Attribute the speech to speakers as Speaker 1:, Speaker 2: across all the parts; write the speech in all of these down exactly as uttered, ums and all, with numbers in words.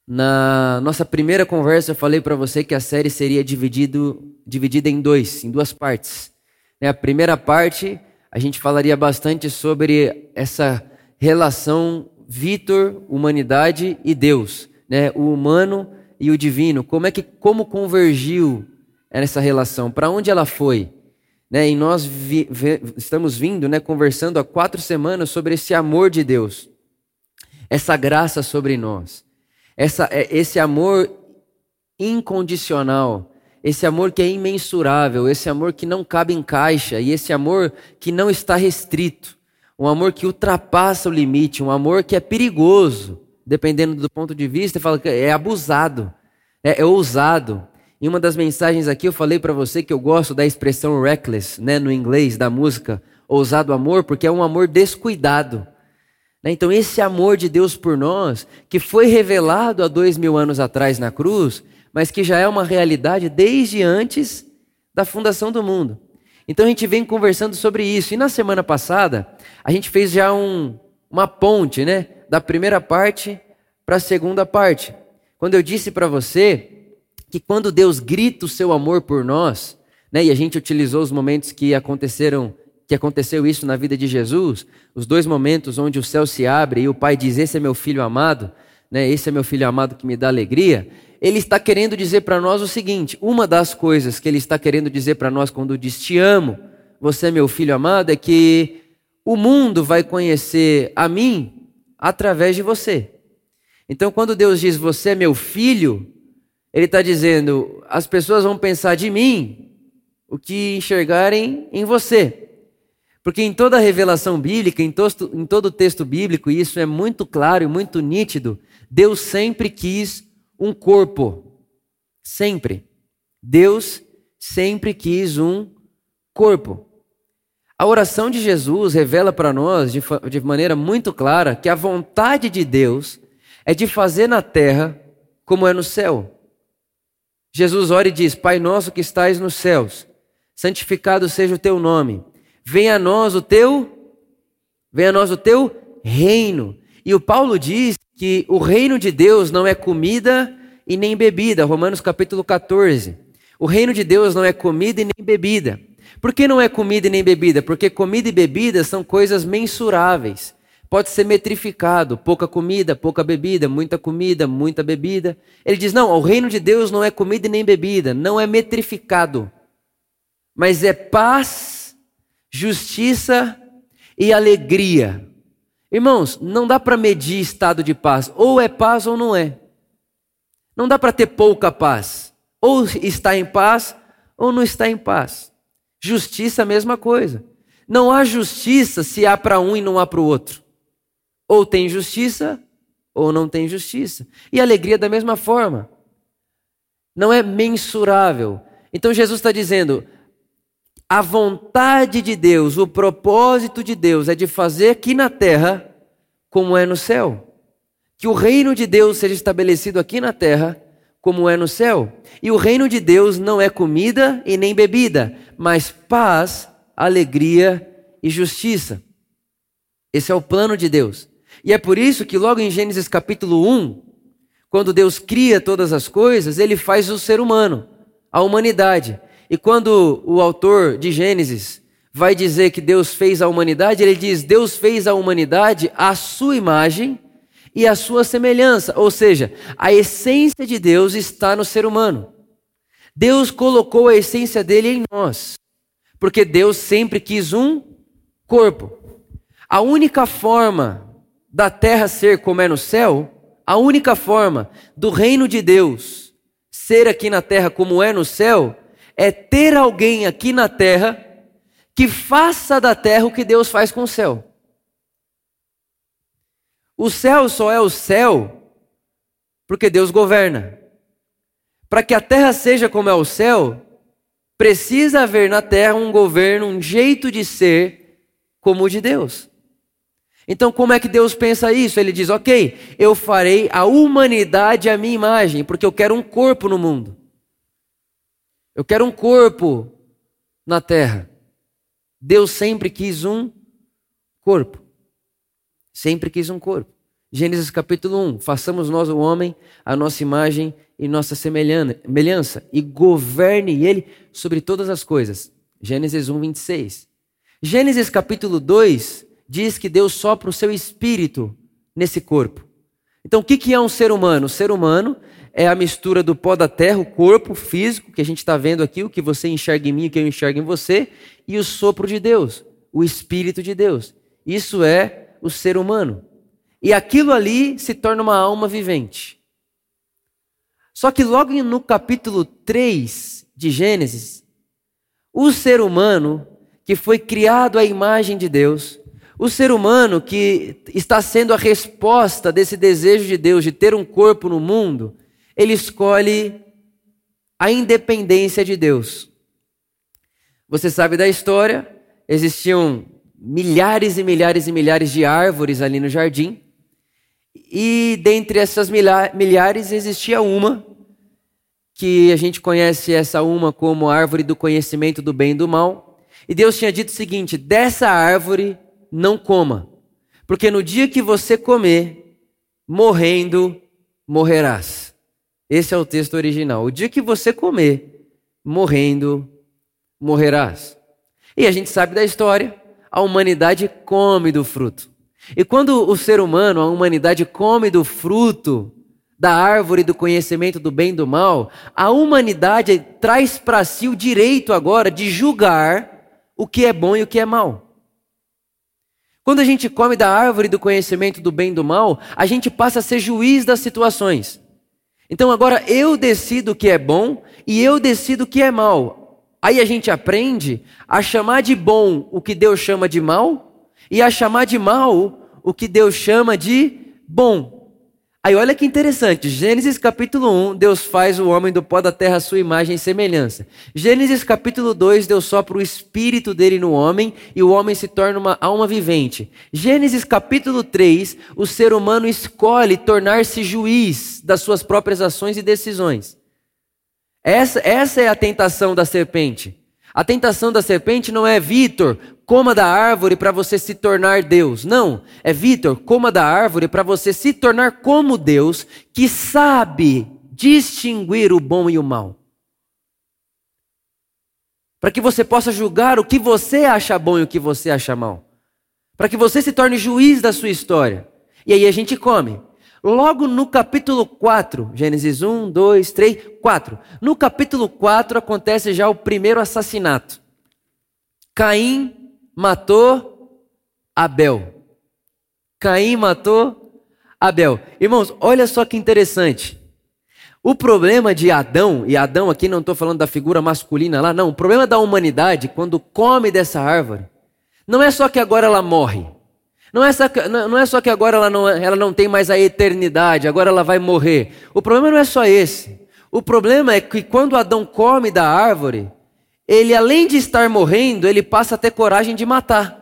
Speaker 1: Na nossa primeira conversa eu falei para você que a série seria dividido, dividida em dois, em duas partes. A primeira parte a gente falaria bastante sobre essa relação Vitor, humanidade e Deus, né? O humano e o divino. Como é que como convergiu essa relação? Para onde ela foi? Né? E nós vi, vi, estamos vindo, né, conversando há quatro semanas sobre esse amor de Deus, essa graça sobre nós, essa, esse amor incondicional, esse amor que é imensurável, esse amor que não cabe em caixa e esse amor que não está restrito, um amor que ultrapassa o limite, um amor que é perigoso, dependendo do ponto de vista, fala que é abusado, é, é ousado. Em uma das mensagens aqui eu falei para você que eu gosto da expressão reckless, né, no inglês, da música, ousado amor, porque é um amor descuidado. Né? Então esse amor de Deus por nós, que foi revelado há dois mil anos atrás na cruz, mas que já é uma realidade desde antes da fundação do mundo. Então a gente vem conversando sobre isso. E na semana passada, a gente fez já um, uma ponte, né, da primeira parte para a segunda parte. Quando eu disse para você que quando Deus grita o seu amor por nós, né, e a gente utilizou os momentos que aconteceram, que aconteceu isso na vida de Jesus, os dois momentos onde o céu se abre e o Pai diz, esse é meu filho amado, né, esse é meu filho amado que me dá alegria, ele está querendo dizer para nós o seguinte, uma das coisas que ele está querendo dizer para nós quando diz, te amo, você é meu filho amado, é que o mundo vai conhecer a mim através de você. Então quando Deus diz, você é meu filho, ele está dizendo, as pessoas vão pensar de mim o que enxergarem em você. Porque em toda a revelação bíblica, em, tosto, em todo o texto bíblico, e isso é muito claro e muito nítido, Deus sempre quis um corpo. Sempre. Deus sempre quis um corpo. A oração de Jesus revela para nós, de, de maneira muito clara, que a vontade de Deus é de fazer na terra como é no céu. Jesus ora e diz, Pai nosso que estais nos céus, santificado seja o teu nome. Venha a nós o teu, venha a nós o teu reino. E o Paulo diz que o reino de Deus não é comida e nem bebida. Romanos capítulo quatorze. O reino de Deus não é comida e nem bebida. Por que não é comida e nem bebida? Porque comida e bebida são coisas mensuráveis. Pode ser metrificado, pouca comida, pouca bebida, muita comida, muita bebida. Ele diz, não, o reino de Deus não é comida e nem bebida, não é metrificado, mas é paz, justiça e alegria. Irmãos, não dá para medir estado de paz, ou é paz ou não é. Não dá para ter pouca paz, ou está em paz ou não está em paz. Justiça, a mesma coisa. Não há justiça se há para um e não há para o outro. Ou tem justiça, ou não tem justiça. E alegria da mesma forma. Não é mensurável. Então Jesus está dizendo, a vontade de Deus, o propósito de Deus é de fazer aqui na terra como é no céu. Que o reino de Deus seja estabelecido aqui na terra como é no céu. E o reino de Deus não é comida e nem bebida, mas paz, alegria e justiça. Esse é o plano de Deus. E é por isso que logo em Gênesis capítulo um, quando Deus cria todas as coisas, ele faz o ser humano, a humanidade. E quando o autor de Gênesis vai dizer que Deus fez a humanidade, ele diz, Deus fez a humanidade à sua imagem e à sua semelhança. Ou seja, a essência de Deus está no ser humano. Deus colocou a essência dele em nós, porque Deus sempre quis um corpo. A única forma da terra ser como é no céu, a única forma do reino de Deus ser aqui na terra como é no céu, é ter alguém aqui na terra que faça da terra o que Deus faz com o céu. O céu só é o céu porque Deus governa. Para que a terra seja como é o céu, precisa haver na terra um governo, um jeito de ser como o de Deus. Então como é que Deus pensa isso? Ele diz, ok, eu farei a humanidade à minha imagem, porque eu quero um corpo no mundo. Eu quero um corpo na terra. Deus sempre quis um corpo. Sempre quis um corpo. Gênesis capítulo um, façamos nós o homem a nossa imagem e nossa semelhança, e governe ele sobre todas as coisas. Gênesis um, vinte e seis. Gênesis capítulo dois diz que Deus sopra o seu espírito nesse corpo. Então o que é um ser humano? O ser humano é a mistura do pó da terra, o corpo físico, que a gente está vendo aqui, o que você enxerga em mim, o que eu enxergo em você, e o sopro de Deus, o Espírito de Deus. Isso é o ser humano. E aquilo ali se torna uma alma vivente. Só que logo no capítulo três de Gênesis, o ser humano que foi criado à imagem de Deus, o ser humano que está sendo a resposta desse desejo de Deus de ter um corpo no mundo, ele escolhe a independência de Deus. Você sabe da história, existiam milhares e milhares e milhares de árvores ali no jardim, e dentre essas milhares existia uma, que a gente conhece essa uma como a árvore do conhecimento do bem e do mal, e Deus tinha dito o seguinte: dessa árvore não coma, porque no dia que você comer, morrendo, morrerás. Esse é o texto original. O dia que você comer, morrendo, morrerás. E a gente sabe da história, a humanidade come do fruto. E quando o ser humano, a humanidade come do fruto da árvore do conhecimento do bem e do mal, a humanidade traz para si o direito agora de julgar o que é bom e o que é mal. Quando a gente come da árvore do conhecimento do bem e do mal, a gente passa a ser juiz das situações. Então agora eu decido o que é bom e eu decido o que é mal. Aí a gente aprende a chamar de bom o que Deus chama de mal e a chamar de mal o que Deus chama de bom. Aí olha que interessante, Gênesis capítulo um, Deus faz o homem do pó da terra à sua imagem e semelhança. Gênesis capítulo dois, Deus sopra o espírito dele no homem e o homem se torna uma alma vivente. Gênesis capítulo três, o ser humano escolhe tornar-se juiz das suas próprias ações e decisões. Essa, essa é a tentação da serpente. A tentação da serpente não é: Vitor, coma da árvore para você se tornar Deus. Não, é: Vitor, coma da árvore para você se tornar como Deus, que sabe distinguir o bom e o mal. Para que você possa julgar o que você acha bom e o que você acha mal. Para que você se torne juiz da sua história. E aí a gente come. Logo no capítulo quatro, Gênesis um, dois, três, quatro. No capítulo quatro acontece já o primeiro assassinato. Caim matou Abel. Caim matou Abel. Irmãos, olha só que interessante. O problema de Adão, e Adão aqui não estou falando da figura masculina lá, não. O problema da humanidade, quando come dessa árvore, não é só que agora ela morre. Não é, só, não é só que agora ela não, ela não tem mais a eternidade, agora ela vai morrer. O problema não é só esse. O problema é que quando Adão come da árvore, ele, além de estar morrendo, ele passa a ter coragem de matar.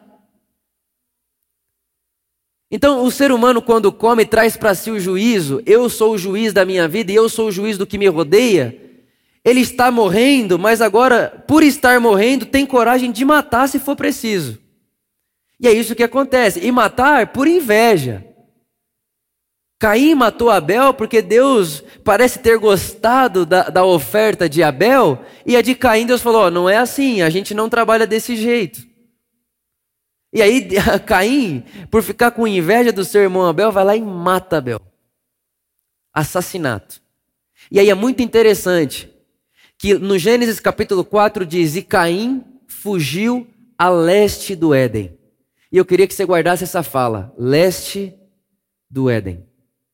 Speaker 1: Então o ser humano, quando come, traz para si o juízo: eu sou o juiz da minha vida e eu sou o juiz do que me rodeia. Ele está morrendo, mas agora, por estar morrendo, tem coragem de matar se for preciso. E é isso que acontece. E matar por inveja. Caim matou Abel porque Deus parece ter gostado da, da oferta de Abel, e a de Caim Deus falou: oh, não é assim, a gente não trabalha desse jeito. E aí Caim, por ficar com inveja do seu irmão Abel, vai lá e mata Abel. Assassinato. E aí é muito interessante que no Gênesis capítulo quatro diz: e Caim fugiu a leste do Éden. E eu queria que você guardasse essa fala: leste do Éden.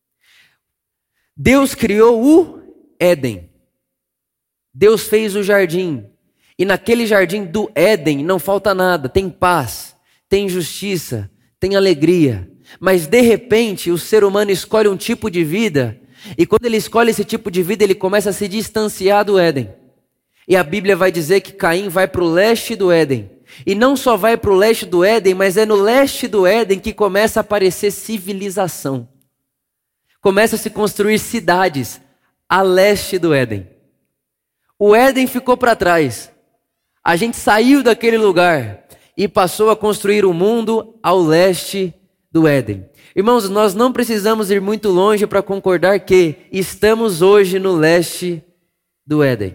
Speaker 1: Deus criou o Éden. Deus fez o jardim. E naquele jardim do Éden não falta nada. Tem paz, tem justiça, tem alegria. Mas de repente o ser humano escolhe um tipo de vida. E quando ele escolhe esse tipo de vida, ele começa a se distanciar do Éden. E a Bíblia vai dizer que Caim vai para o leste do Éden. E não só vai para o leste do Éden, mas é no leste do Éden que começa a aparecer civilização. Começa a se construir cidades a leste do Éden. O Éden ficou para trás. A gente saiu daquele lugar e passou a construir o mundo ao leste do Éden. Irmãos, nós não precisamos ir muito longe para concordar que estamos hoje no leste do Éden.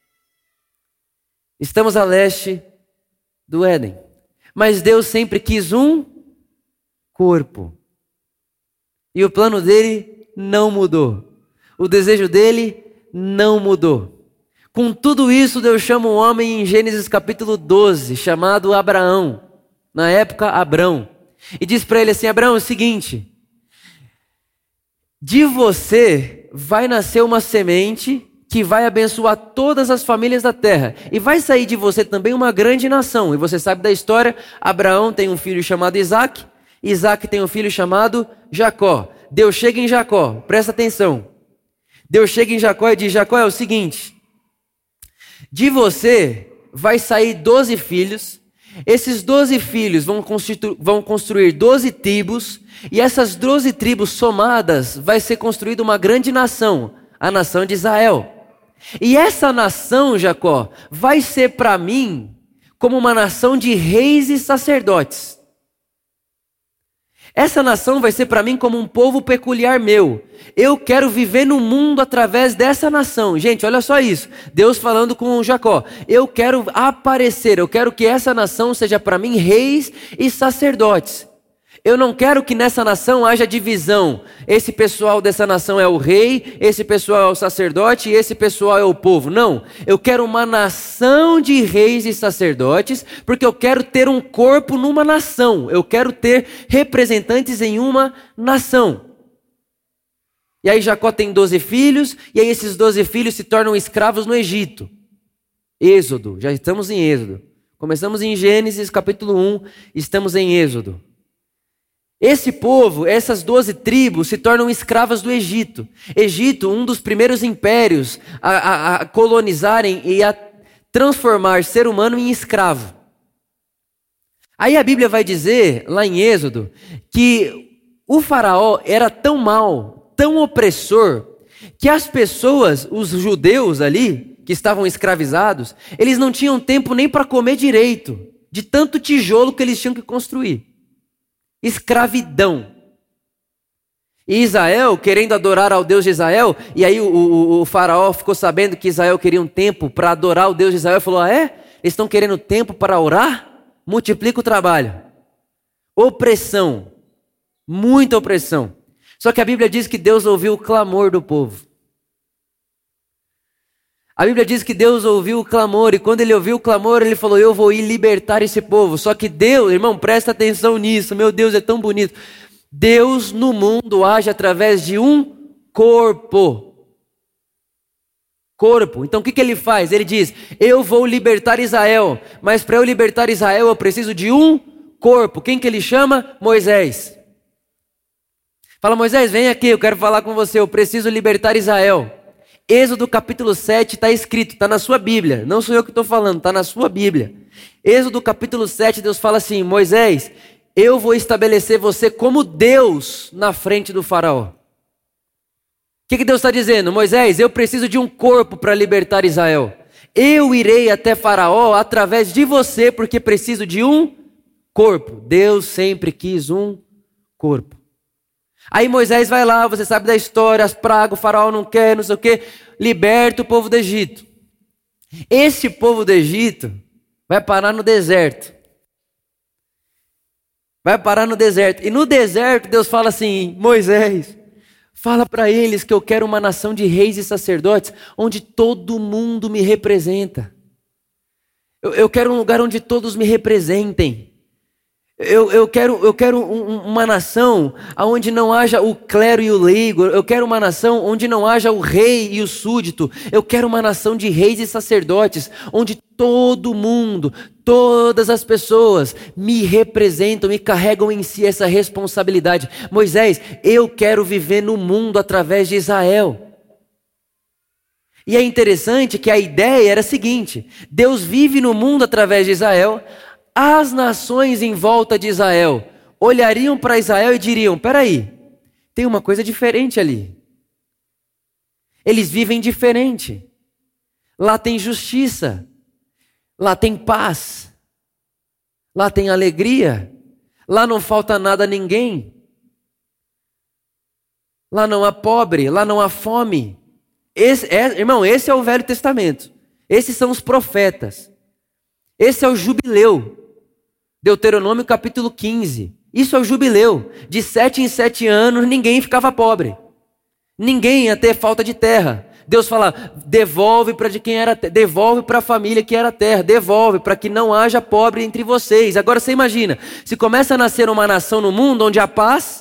Speaker 1: Estamos a leste do Éden. Mas Deus sempre quis um corpo. E o plano dele não mudou. O desejo dele não mudou. Com tudo isso, Deus chama um homem em Gênesis capítulo doze, chamado Abraão. Na época, Abrão. E diz para ele assim: Abraão, é o seguinte, de você vai nascer uma semente que vai abençoar todas as famílias da terra. E vai sair de você também uma grande nação. E você sabe da história, Abraão tem um filho chamado Isaac, Isaac tem um filho chamado Jacó. Deus chega em Jacó, presta atenção. Deus chega em Jacó e diz: Jacó, é o seguinte, de você vai sair doze filhos. Esses doze filhos vão, vão construir doze tribos, e essas doze tribos somadas vai ser construída uma grande nação, a nação de Israel. E essa nação, Jacó, vai ser para mim como uma nação de reis e sacerdotes. Essa nação vai ser para mim como um povo peculiar meu. Eu quero viver no mundo através dessa nação. Gente, olha só isso. Deus falando com Jacó. Eu quero aparecer, eu quero que essa nação seja para mim reis e sacerdotes. Eu não quero que nessa nação haja divisão. Esse pessoal dessa nação é o rei, esse pessoal é o sacerdote e esse pessoal é o povo. Não, eu quero uma nação de reis e sacerdotes, porque eu quero ter um corpo numa nação. Eu quero ter representantes em uma nação. E aí Jacó tem doze filhos, e aí esses doze filhos se tornam escravos no Egito. Êxodo, já estamos em Êxodo. Começamos em Gênesis capítulo um, estamos em Êxodo. Esse povo, essas doze tribos, se tornam escravas do Egito. Egito, um dos primeiros impérios a, a, a colonizarem e a transformar ser humano em escravo. Aí a Bíblia vai dizer, lá em Êxodo, que o faraó era tão mau, tão opressor, que as pessoas, os judeus ali, que estavam escravizados, eles não tinham tempo nem para comer direito, de tanto tijolo que eles tinham que construir. Escravidão. E Israel, querendo adorar ao Deus de Israel, e aí o, o, o faraó ficou sabendo que Israel queria um tempo para adorar o Deus de Israel, e falou: ah é? Eles estão querendo tempo para orar? Multiplica o trabalho. Opressão. Muita opressão. Só que a Bíblia diz que Deus ouviu o clamor do povo. A Bíblia diz que Deus ouviu o clamor, e quando ele ouviu o clamor, ele falou: eu vou ir libertar esse povo. Só que Deus, irmão, presta atenção nisso, meu Deus, é tão bonito. Deus no mundo age através de um corpo. Corpo. Então o que, que ele faz? Ele diz: eu vou libertar Israel, mas para eu libertar Israel eu preciso de um corpo. Quem que ele chama? Moisés. Fala: Moisés, vem aqui, eu quero falar com você, eu preciso libertar Israel. Êxodo capítulo sete está escrito, está na sua Bíblia. Não sou eu que estou falando, está na sua Bíblia. Êxodo capítulo sete, Deus fala assim: Moisés, eu vou estabelecer você como Deus na frente do faraó. O que, que Deus está dizendo? Moisés, eu preciso de um corpo para libertar Israel. Eu irei até faraó através de você, porque preciso de um corpo. Deus sempre quis um corpo. Aí Moisés vai lá, você sabe da história, as pragas, o faraó não quer, não sei o quê, liberta o povo do Egito. Esse povo do Egito vai parar no deserto. Vai parar no deserto. E no deserto Deus fala assim: Moisés, fala para eles que eu quero uma nação de reis e sacerdotes, onde todo mundo me representa. Eu, eu quero um lugar onde todos me representem. Eu, eu quero, eu quero um, uma nação onde não haja o clero e o leigo. Eu quero uma nação onde não haja o rei e o súdito. Eu quero uma nação de reis e sacerdotes, onde todo mundo, todas as pessoas me representam e carregam em si essa responsabilidade. Moisés, eu quero viver no mundo através de Israel. E é interessante que a ideia era a seguinte: Deus vive no mundo através de Israel. As nações em volta de Israel olhariam para Israel e diriam: peraí, tem uma coisa diferente ali. Eles vivem diferente. Lá tem justiça. Lá tem paz. Lá tem alegria. Lá não falta nada a ninguém. Lá não há pobre, lá não há fome. Esse, é, irmão, esse é o Velho Testamento. Esses são os profetas. Esse é o jubileu. Deuteronômio capítulo quinze. Isso é o jubileu. De sete em sete anos ninguém ficava pobre. Ninguém ia ter falta de terra. Deus fala, devolve para de quem era, devolve para a família que era terra, devolve para que não haja pobre entre vocês. Agora você imagina, se começa a nascer uma nação no mundo onde há paz,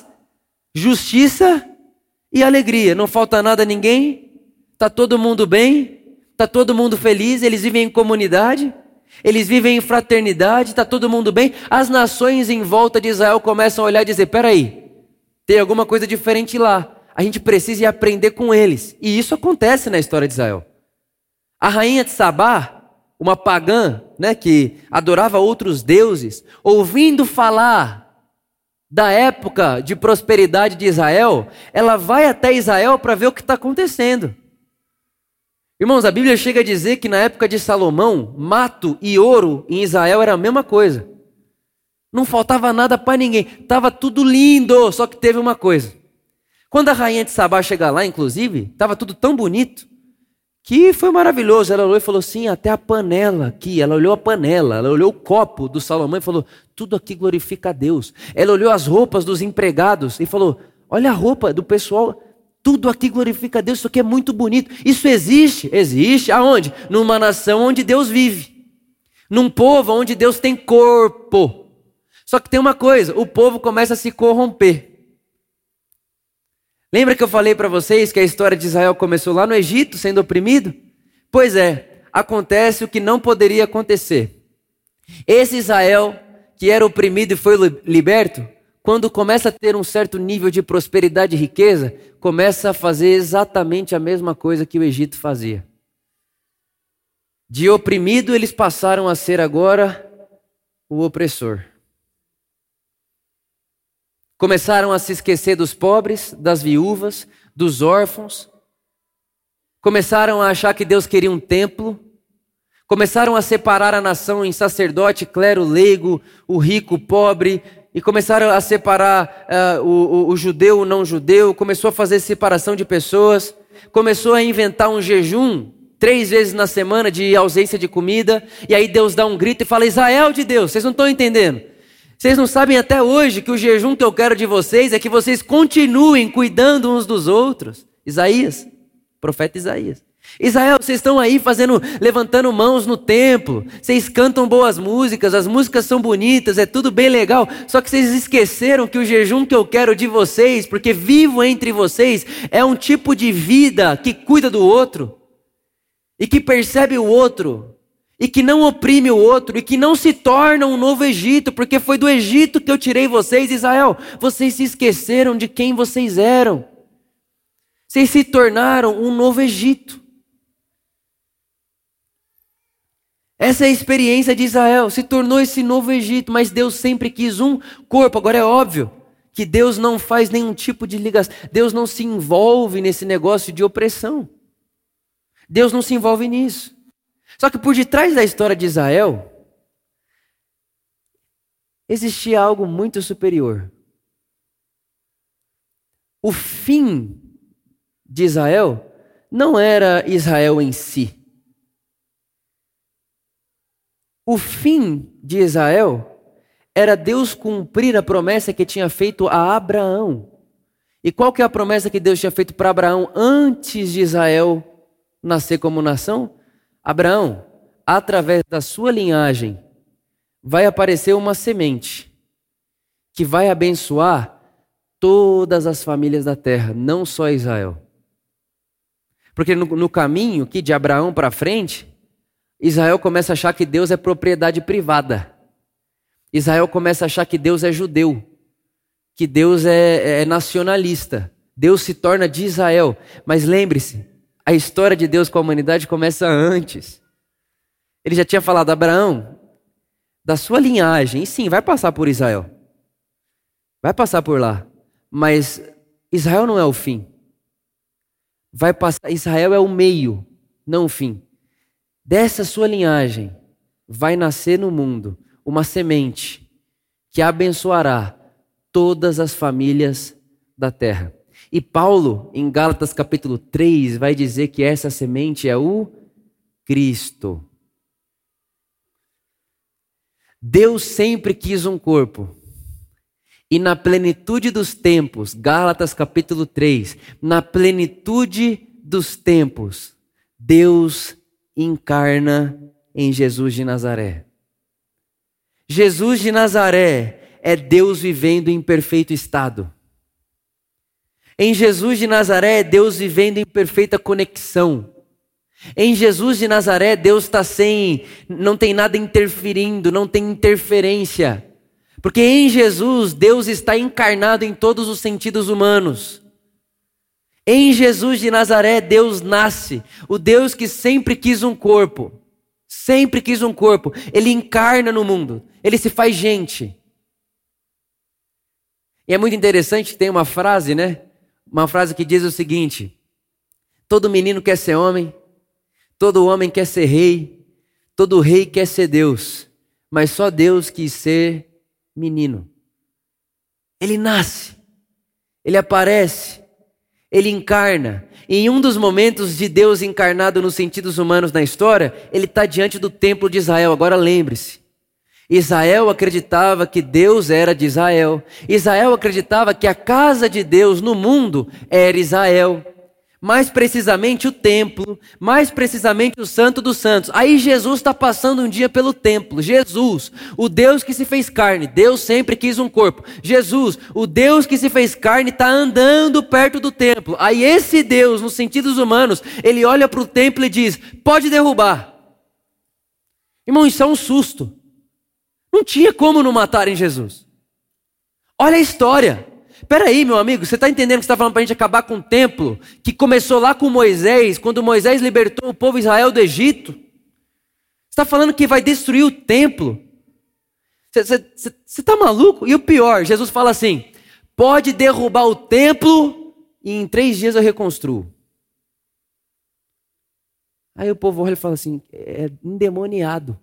Speaker 1: justiça e alegria, não falta nada a ninguém, está todo mundo bem, está todo mundo feliz, eles vivem em comunidade, eles vivem em fraternidade, está todo mundo bem. As nações em volta de Israel começam a olhar e dizer, peraí, tem alguma coisa diferente lá, a gente precisa ir aprender com eles. E isso acontece na história de Israel. A rainha de Sabá, uma pagã, né, que adorava outros deuses, ouvindo falar da época de prosperidade de Israel, ela vai até Israel para ver o que está acontecendo. Irmãos, a Bíblia chega a dizer que na época de Salomão, mato e ouro em Israel era a mesma coisa. Não faltava nada para ninguém, estava tudo lindo, só que teve uma coisa. Quando a rainha de Sabá chega lá, inclusive, estava tudo tão bonito, que foi maravilhoso. Ela olhou e falou assim, até a panela aqui, ela olhou a panela, ela olhou o copo do Salomão e falou, tudo aqui glorifica a Deus. Ela olhou as roupas dos empregados e falou, olha a roupa do pessoal, tudo aqui glorifica a Deus, isso aqui é muito bonito. Isso existe? Existe. Aonde? Numa nação onde Deus vive. Num povo onde Deus tem corpo. Só que tem uma coisa, o povo começa a se corromper. Lembra que eu falei para vocês que a história de Israel começou lá no Egito, sendo oprimido? Pois é, acontece o que não poderia acontecer. Esse Israel, que era oprimido e foi liberto, quando começa a ter um certo nível de prosperidade e riqueza, começa a fazer exatamente a mesma coisa que o Egito fazia. De oprimido, eles passaram a ser agora o opressor. Começaram a se esquecer dos pobres, das viúvas, dos órfãos. Começaram a achar que Deus queria um templo. Começaram a separar a nação em sacerdote, clero, leigo, o rico, o pobre. E começaram a separar uh, o, o, o judeu, o não judeu. Começou a fazer separação de pessoas. Começou a inventar um jejum, três vezes na semana de ausência de comida. E aí Deus dá um grito e fala, Israel de Deus, vocês não estão entendendo. Vocês não sabem até hoje que o jejum que eu quero de vocês é que vocês continuem cuidando uns dos outros. Isaías, profeta Isaías. Israel, vocês estão aí fazendo, levantando mãos no templo. Vocês cantam boas músicas, as músicas são bonitas, é tudo bem legal. Só que vocês esqueceram que o jejum que eu quero de vocês, porque vivo entre vocês, é um tipo de vida que cuida do outro. E que percebe o outro. E que não oprime o outro, e que não se torna um novo Egito, porque foi do Egito que eu tirei vocês, Israel. Vocês se esqueceram de quem vocês eram. Vocês se tornaram um novo Egito. Essa é a experiência de Israel, se tornou esse novo Egito, mas Deus sempre quis um corpo. Agora é óbvio que Deus não faz nenhum tipo de ligação, Deus não se envolve nesse negócio de opressão. Deus não se envolve nisso. Só que por detrás da história de Israel, existia algo muito superior. O fim de Israel não era Israel em si. O fim de Israel era Deus cumprir a promessa que tinha feito a Abraão. E qual que é a promessa que Deus tinha feito para Abraão antes de Israel nascer como nação? Abraão, através da sua linhagem, vai aparecer uma semente que vai abençoar todas as famílias da terra, não só Israel. Porque no, no caminho aqui de Abraão para frente, Israel começa a achar que Deus é propriedade privada. Israel começa a achar que Deus é judeu, que Deus é, é nacionalista. Deus se torna de Israel. Mas lembre-se, a história de Deus com a humanidade começa antes. Ele já tinha falado, Abraão, da sua linhagem, e sim, vai passar por Israel. Vai passar por lá. Mas Israel não é o fim. Vai passar, Israel é o meio, não o fim. Dessa sua linhagem vai nascer no mundo uma semente que abençoará todas as famílias da terra. E Paulo, em Gálatas capítulo três, vai dizer que essa semente é o Cristo. Deus sempre quis um corpo. E na plenitude dos tempos, Gálatas capítulo três, na plenitude dos tempos, Deus encarna em Jesus de Nazaré. Jesus de Nazaré é Deus vivendo em perfeito estado. Em Jesus de Nazaré é Deus vivendo em perfeita conexão. Em Jesus de Nazaré Deus está sem, não tem nada interferindo, não tem interferência. Porque em Jesus, Deus está encarnado em todos os sentidos humanos. Em Jesus de Nazaré, Deus nasce. O Deus que sempre quis um corpo. Sempre quis um corpo. Ele encarna no mundo. Ele se faz gente. E é muito interessante, tem uma frase, né? Uma frase que diz o seguinte: todo menino quer ser homem, todo homem quer ser rei, todo rei quer ser Deus, mas só Deus quis ser menino. Ele nasce, ele aparece, ele encarna. E em um dos momentos de Deus encarnado nos sentidos humanos na história, ele está diante do templo de Israel. Agora lembre-se, Israel acreditava que Deus era de Israel. Israel acreditava que a casa de Deus no mundo era Israel. Mais precisamente o templo, mais precisamente o Santo dos Santos. Aí Jesus está passando um dia pelo templo. Jesus, o Deus que se fez carne. Deus sempre quis um corpo. Jesus, o Deus que se fez carne, está andando perto do templo. Aí esse Deus, nos sentidos humanos, ele olha para o templo e diz: pode derrubar. Irmão, isso é um susto. Não tinha como não matarem Jesus. Olha a história. Peraí, meu amigo, você está entendendo que você está falando para a gente acabar com o templo, que começou lá com Moisés, quando Moisés libertou o povo de Israel do Egito? Você está falando que vai destruir o templo? Você está maluco? E o pior, Jesus fala assim: pode derrubar o templo e em três dias eu reconstruo. Aí o povo olha e fala assim: é endemoniado.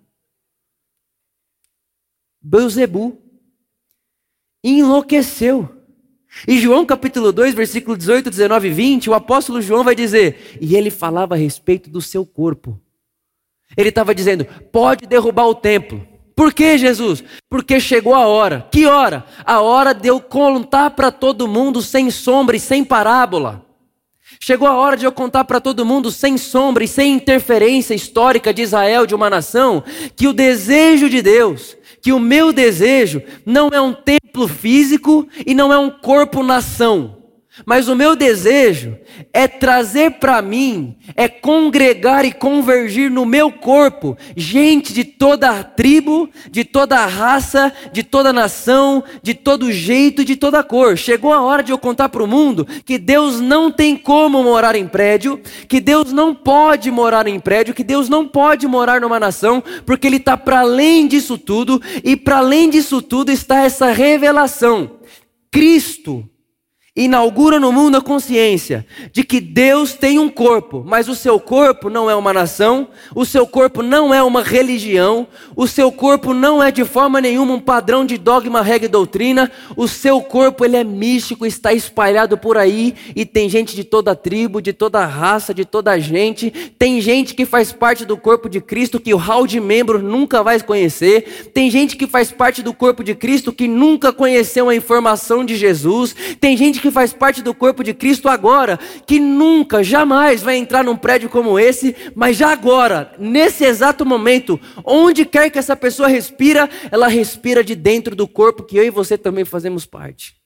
Speaker 1: Beelzebu enlouqueceu. E João capítulo dois, versículo dezoito, dezenove e vinte, o apóstolo João vai dizer: e ele falava a respeito do seu corpo. Ele estava dizendo: pode derrubar o templo. Por que, Jesus? Porque chegou a hora. Que hora? A hora de eu contar para todo mundo sem sombra e sem parábola. Chegou a hora de eu contar para todo mundo sem sombra e sem interferência histórica de Israel, de uma nação, que o desejo de Deus, que o meu desejo não é um templo físico e não é um corpo-nação. Mas o meu desejo é trazer para mim, é congregar e convergir no meu corpo gente de toda a tribo, de toda a raça, de toda a nação, de todo jeito e de toda a cor. Chegou a hora de eu contar para o mundo que Deus não tem como morar em prédio, que Deus não pode morar em prédio, que Deus não pode morar numa nação, porque Ele está para além disso tudo, e para além disso tudo está essa revelação. Cristo inaugura no mundo a consciência de que Deus tem um corpo, mas o seu corpo não é uma nação, o seu corpo não é uma religião, o seu corpo não é de forma nenhuma um padrão de dogma, regra e doutrina. O seu corpo, ele é místico, está espalhado por aí, e tem gente de toda a tribo, de toda a raça, de toda a gente. Tem gente que faz parte do corpo de Cristo que o hall de membro nunca vai conhecer. Tem gente que faz parte do corpo de Cristo que nunca conheceu a informação de Jesus. Tem gente que que faz parte do corpo de Cristo agora, que nunca, jamais vai entrar num prédio como esse, mas já agora, nesse exato momento, onde quer que essa pessoa respira, ela respira de dentro do corpo que eu e você também fazemos parte.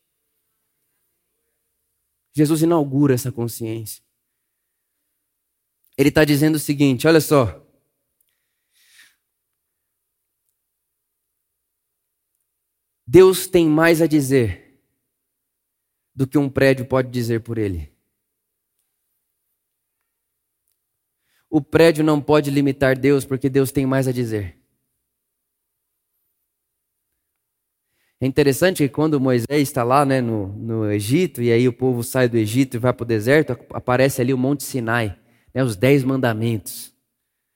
Speaker 1: Jesus inaugura essa consciência. Ele está dizendo o seguinte, olha só. Deus tem mais a dizer do que um prédio pode dizer por ele. O prédio não pode limitar Deus, porque Deus tem mais a dizer. É interessante que quando Moisés está lá, né, no, no Egito, e aí o povo sai do Egito e vai para o deserto, aparece ali o Monte Sinai, né, os dez mandamentos.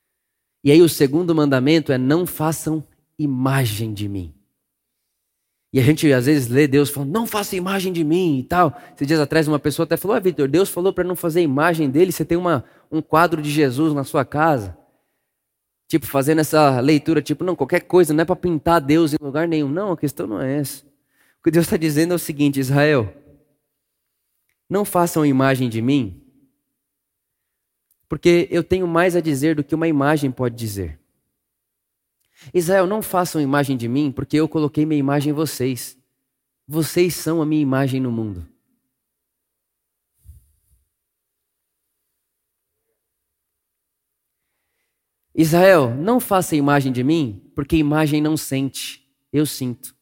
Speaker 1: E aí o segundo mandamento é: não façam imagem de mim. E a gente às vezes lê Deus falando, não faça imagem de mim e tal. Esses dias atrás uma pessoa até falou, ah, Vitor, Deus falou para não fazer imagem dele, você tem uma, um quadro de Jesus na sua casa. Tipo, fazendo essa leitura, tipo, não, qualquer coisa, não é para pintar Deus em lugar nenhum. Não, a questão não é essa. O que Deus está dizendo é o seguinte, Israel, não façam imagem de mim, porque eu tenho mais a dizer do que uma imagem pode dizer. Israel, não façam imagem de mim, porque eu coloquei minha imagem em vocês. Vocês são a minha imagem no mundo. Israel, não faça imagem de mim, porque imagem não sente, eu sinto.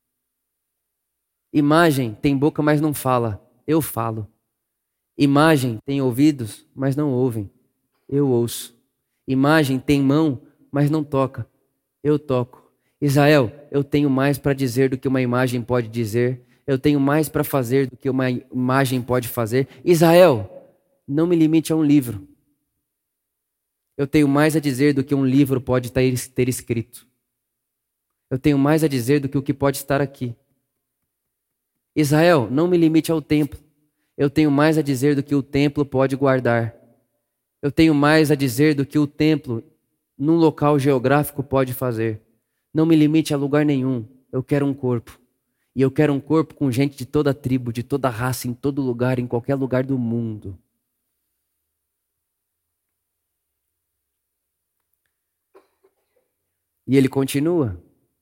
Speaker 1: Imagem tem boca, mas não fala, eu falo. Imagem tem ouvidos, mas não ouvem, eu ouço. Imagem tem mão, mas não toca, eu toco. Israel, eu tenho mais para dizer do que uma imagem pode dizer. Eu tenho mais para fazer do que uma imagem pode fazer. Israel, não me limite a um livro. Eu tenho mais a dizer do que um livro pode ter escrito. Eu tenho mais a dizer do que o que pode estar aqui. Israel, não me limite ao templo. Eu tenho mais a dizer do que o templo pode guardar. Eu tenho mais a dizer do que o templo, num local geográfico, pode fazer. Não me limite a lugar nenhum. Eu quero um corpo. E eu quero um corpo com gente de toda tribo, de toda raça, em todo lugar, em qualquer lugar do mundo. E ele continua.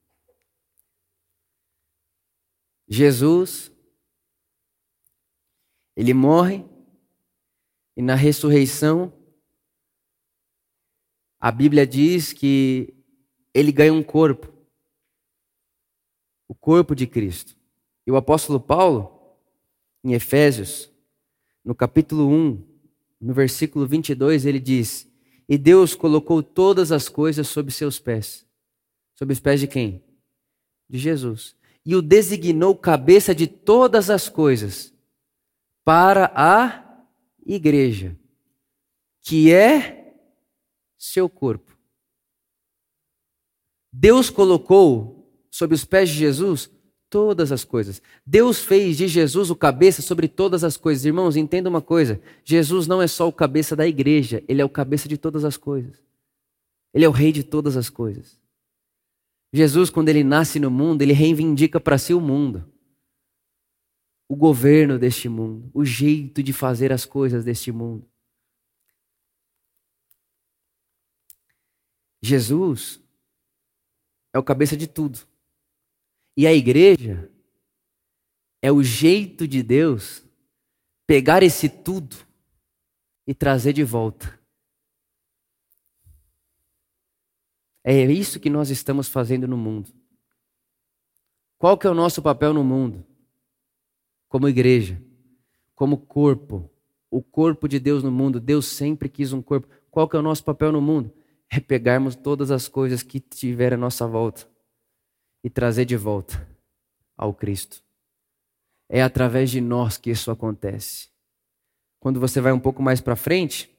Speaker 1: Jesus, ele morre e na ressurreição, a Bíblia diz que ele ganha um corpo, o corpo de Cristo. E o apóstolo Paulo, em Efésios, no capítulo um, no versículo vinte e dois, ele diz, e Deus colocou todas as coisas sob seus pés. Sob os pés de quem? De Jesus. E o designou cabeça de todas as coisas para a igreja, que é seu corpo. Deus colocou sob os pés de Jesus todas as coisas. Deus fez de Jesus o cabeça sobre todas as coisas. Irmãos, entenda uma coisa. Jesus não é só o cabeça da igreja, ele é o cabeça de todas as coisas. Ele é o rei de todas as coisas. Jesus, quando ele nasce no mundo, ele reivindica para si o mundo. O governo deste mundo, o jeito de fazer as coisas deste mundo. Jesus é o cabeça de tudo. E a igreja é o jeito de Deus pegar esse tudo e trazer de volta. É isso que nós estamos fazendo no mundo. Qual que é o nosso papel no mundo? Como igreja, como corpo, o corpo de Deus no mundo. Deus sempre quis um corpo. Qual que é o nosso papel no mundo? É pegarmos todas as coisas que tiver à nossa volta e trazer de volta ao Cristo. É através de nós que isso acontece. Quando você vai um pouco mais para frente,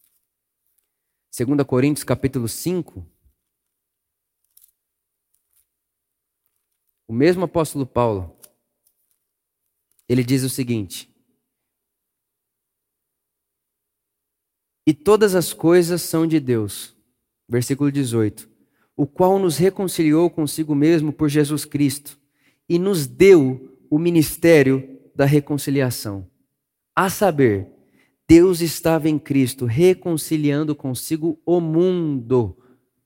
Speaker 1: dois Coríntios capítulo cinco, o mesmo apóstolo Paulo, ele diz o seguinte, e todas as coisas são de Deus, versículo dezoito, o qual nos reconciliou consigo mesmo por Jesus Cristo e nos deu o ministério da reconciliação. A saber, Deus estava em Cristo reconciliando consigo o mundo,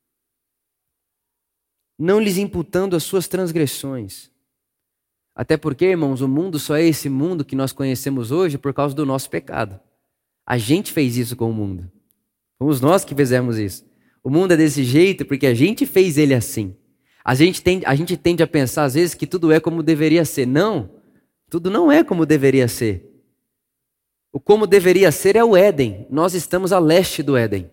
Speaker 1: não lhes imputando as suas transgressões. Até porque, irmãos, o mundo só é esse mundo que nós conhecemos hoje por causa do nosso pecado. A gente fez isso com o mundo. Fomos nós que fizemos isso. O mundo é desse jeito porque a gente fez ele assim. A gente tende, a gente tende a pensar às vezes que tudo é como deveria ser. Não, tudo não é como deveria ser. O como deveria ser é o Éden. Nós estamos a leste do Éden.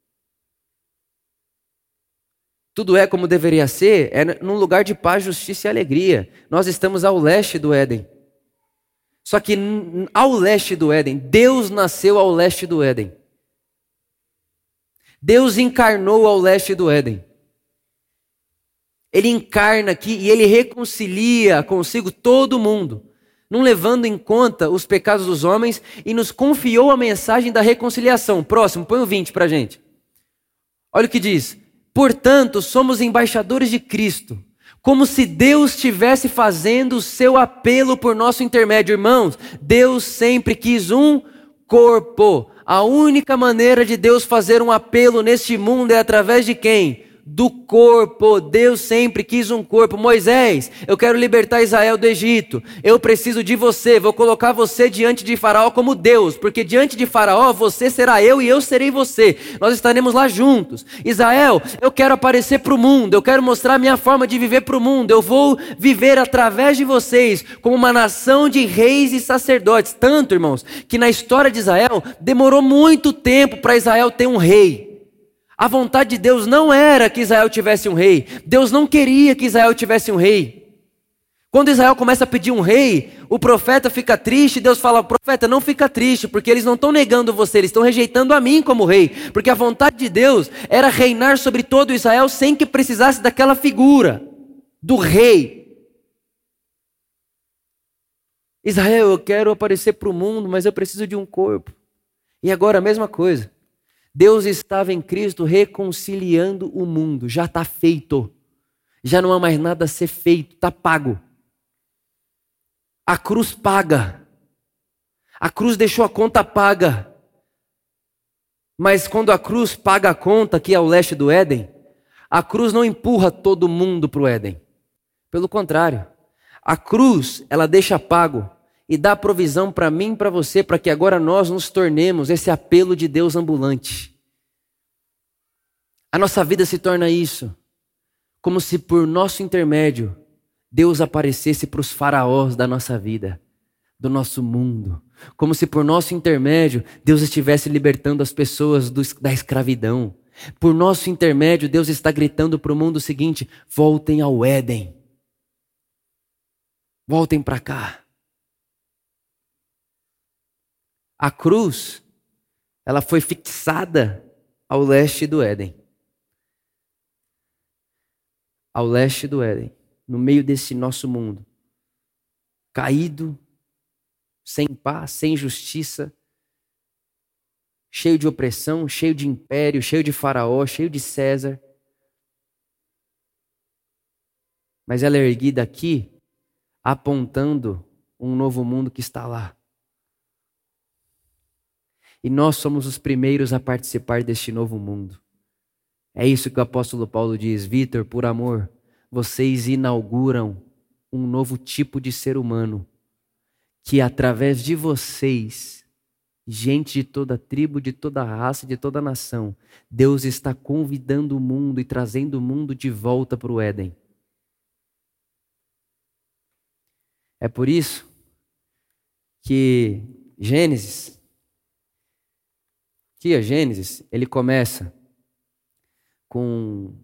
Speaker 1: Tudo é como deveria ser, é num lugar de paz, justiça e alegria. Nós estamos ao leste do Éden. Só que ao leste do Éden, Deus nasceu ao leste do Éden. Deus encarnou ao leste do Éden. Ele encarna aqui e ele reconcilia consigo todo mundo, não levando em conta os pecados dos homens, e nos confiou a mensagem da reconciliação. Próximo, põe o vinte pra gente. Olha o que diz. Portanto, somos embaixadores de Cristo, como se Deus estivesse fazendo o seu apelo por nosso intermédio. Irmãos, Deus sempre quis um corpo. A única maneira de Deus fazer um apelo neste mundo é através de quem? Do corpo. Deus sempre quis um corpo. Moisés, eu quero libertar Israel do Egito. Eu preciso de você. Vou colocar você diante de Faraó como Deus, porque diante de Faraó você será eu e eu serei você. Nós estaremos lá juntos. Israel, eu quero aparecer para o mundo. Eu quero mostrar a minha forma de viver para o mundo. Eu vou viver através de vocês como uma nação de reis e sacerdotes. Tanto, irmãos, que na história de Israel demorou muito tempo para Israel ter um rei. A vontade de Deus não era que Israel tivesse um rei. Deus não queria que Israel tivesse um rei. Quando Israel começa a pedir um rei, o profeta fica triste, Deus fala, profeta, não fica triste, porque eles não estão negando você, eles estão rejeitando a mim como rei. Porque a vontade de Deus era reinar sobre todo Israel sem que precisasse daquela figura, do rei. Israel, eu quero aparecer para o mundo, mas eu preciso de um corpo. E agora a mesma coisa. Deus estava em Cristo reconciliando o mundo. Já está feito. Já não há mais nada a ser feito. Está pago. A cruz paga. A cruz deixou a conta paga. Mas quando a cruz paga a conta aqui ao leste do Éden, a cruz não empurra todo mundo para o Éden. Pelo contrário. A cruz, ela deixa pago e dá provisão para mim e para você, para que agora nós nos tornemos esse apelo de Deus ambulante. A nossa vida se torna isso, como se por nosso intermédio Deus aparecesse para os faraós da nossa vida, do nosso mundo. Como se por nosso intermédio Deus estivesse libertando as pessoas do, da escravidão. Por nosso intermédio Deus está gritando para o mundo o seguinte: voltem ao Éden. Voltem para cá. A cruz, ela foi fixada ao leste do Éden. Ao leste do Éden, no meio desse nosso mundo, caído, sem paz, sem justiça, cheio de opressão, cheio de império, cheio de faraó, cheio de César. Mas ela é erguida aqui, apontando um novo mundo que está lá. E nós somos os primeiros a participar deste novo mundo. É isso que o apóstolo Paulo diz: Vitor, por amor, vocês inauguram um novo tipo de ser humano, que através de vocês, gente de toda tribo, de toda raça, de toda nação, Deus está convidando o mundo e trazendo o mundo de volta para o Éden. É por isso que Gênesis, que a Gênesis, ele começa com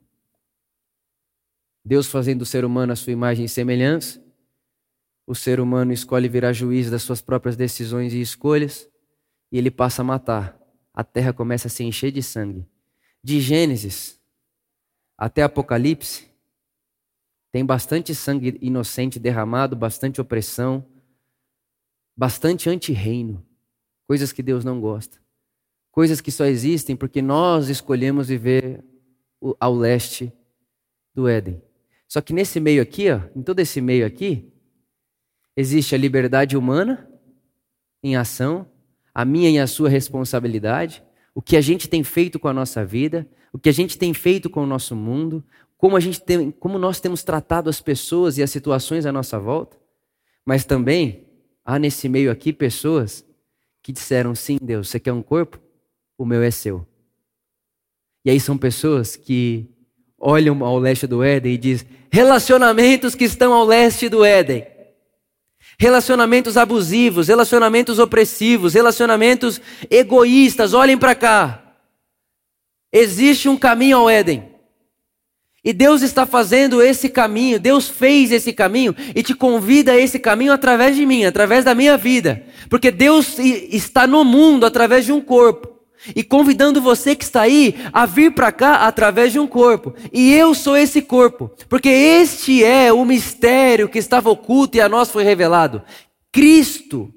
Speaker 1: Deus fazendo o ser humano à sua imagem e semelhança. O ser humano escolhe virar juiz das suas próprias decisões e escolhas, e ele passa a matar. A terra começa a se encher de sangue. De Gênesis até Apocalipse, tem bastante sangue inocente derramado, bastante opressão, bastante anti-reino, coisas que Deus não gosta. Coisas que só existem porque nós escolhemos viver ao leste do Éden. Só que nesse meio aqui, ó, em todo esse meio aqui, existe a liberdade humana em ação, a minha e a sua responsabilidade, o que a gente tem feito com a nossa vida, o que a gente tem feito com o nosso mundo, como, a gente tem, como nós temos tratado as pessoas e as situações à nossa volta. Mas também há nesse meio aqui pessoas que disseram: sim, Deus, você quer um corpo? O meu é seu. E aí são pessoas que olham ao leste do Éden e dizem: relacionamentos que estão ao leste do Éden. Relacionamentos abusivos, relacionamentos opressivos, relacionamentos egoístas, olhem para cá. Existe um caminho ao Éden. E Deus está fazendo esse caminho, Deus fez esse caminho e te convida a esse caminho através de mim, através da minha vida. Porque Deus está no mundo através de um corpo. E convidando você que está aí a vir para cá através de um corpo. E eu sou esse corpo. Porque este é o mistério que estava oculto e a nós foi revelado. Cristo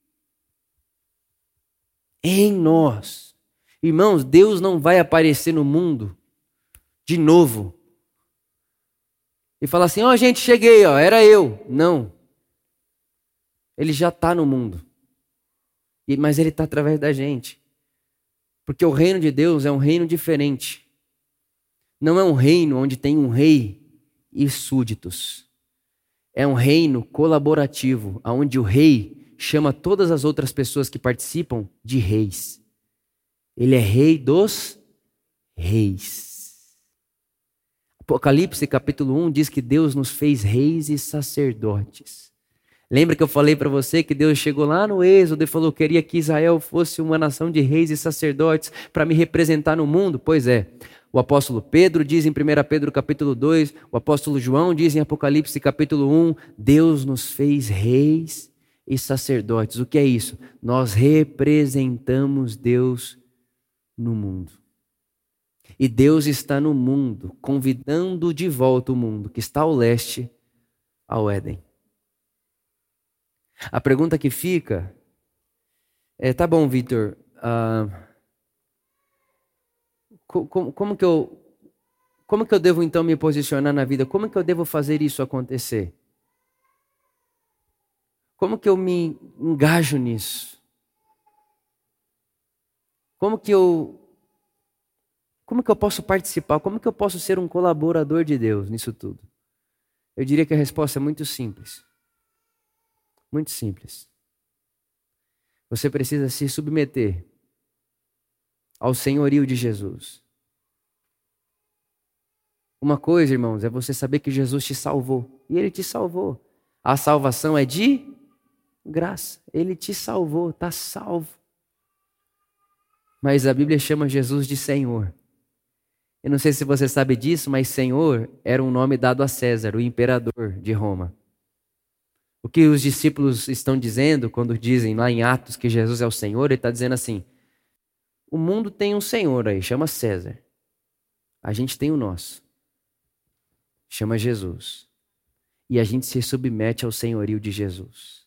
Speaker 1: em nós. Irmãos, Deus não vai aparecer no mundo de novo e falar assim, ó oh, gente, cheguei, ó, era eu. Não. Ele já está no mundo. E, mas ele está através da gente. Porque o reino de Deus é um reino diferente. Não é um reino onde tem um rei e súditos. É um reino colaborativo, onde o rei chama todas as outras pessoas que participam de reis. Ele é rei dos reis. Apocalipse capítulo um diz que Deus nos fez reis e sacerdotes. Lembra que eu falei para você que Deus chegou lá no Êxodo e falou que queria que Israel fosse uma nação de reis e sacerdotes para me representar no mundo? Pois é. O apóstolo Pedro diz em primeira Pedro capítulo dois, o apóstolo João diz em Apocalipse capítulo um, Deus nos fez reis e sacerdotes. O que é isso? Nós representamos Deus no mundo. E Deus está no mundo, convidando de volta o mundo que está ao leste ao Éden. A pergunta que fica é, tá bom, Vitor, uh, como, como, que eu, como que eu devo então me posicionar na vida? Como que eu devo fazer isso acontecer? Como que eu me engajo nisso? Como que eu, como que eu posso participar? Como que eu posso ser um colaborador de Deus nisso tudo? Eu diria que a resposta é muito simples. Muito simples. Você precisa se submeter ao senhorio de Jesus. Uma coisa, irmãos, é você saber que Jesus te salvou. E Ele te salvou. A salvação é de graça. Ele te salvou, está salvo. Mas a Bíblia chama Jesus de Senhor. Eu não sei se você sabe disso, mas Senhor era um nome dado a César, o imperador de Roma. O que os discípulos estão dizendo quando dizem lá em Atos que Jesus é o Senhor, ele está dizendo assim, o mundo tem um Senhor aí, chama César. A gente tem o nosso, chama Jesus. E a gente se submete ao senhorio de Jesus.